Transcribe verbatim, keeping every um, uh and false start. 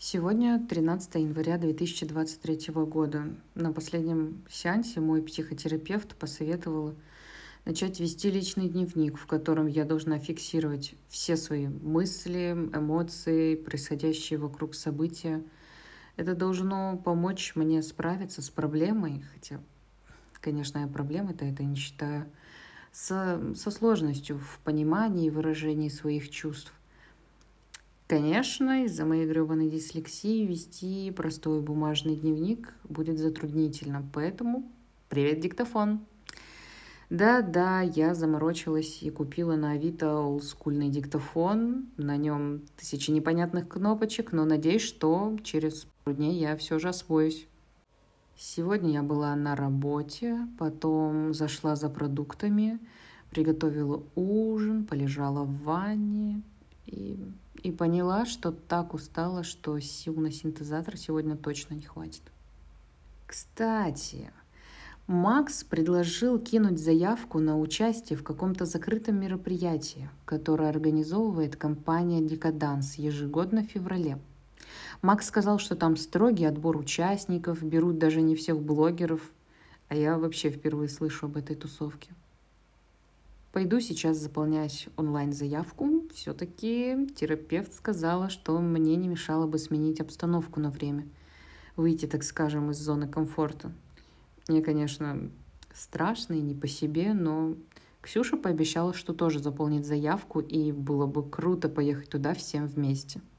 Сегодня тринадцатое января две тысячи двадцать третьего года. На последнем сеансе мой психотерапевт посоветовал начать вести личный дневник, в котором я должна фиксировать все свои мысли, эмоции, происходящие вокруг события. Это должно помочь мне справиться с проблемой, хотя, конечно, я проблемой-то это не считаю, со, со сложностью в понимании и выражении своих чувств. Конечно, из-за моей гребаной дислексии вести простой бумажный дневник будет затруднительно, поэтому привет, диктофон. Да-да, я заморочилась и купила на Авито олдскульный диктофон. На нем тысячи непонятных кнопочек, но надеюсь, что через пару дней я все же освоюсь. Сегодня я была на работе, потом зашла за продуктами, приготовила ужин, полежала в ванне и, и поняла, что так устала, что сил на синтезатор сегодня точно не хватит. Кстати, Макс предложил кинуть заявку на участие в каком-то закрытом мероприятии, которое организовывает компания «Декаданс» ежегодно в феврале. Макс сказал, что там строгий отбор участников, берут даже не всех блогеров, а я вообще впервые слышу об этой тусовке. Пойду сейчас заполнять онлайн-заявку. Все-таки терапевт сказала, что мне не мешало бы сменить обстановку на время, выйти, так скажем, из зоны комфорта. Мне, конечно, страшно и не по себе, но Ксюша пообещала, что тоже заполнит заявку, и было бы круто поехать туда всем вместе.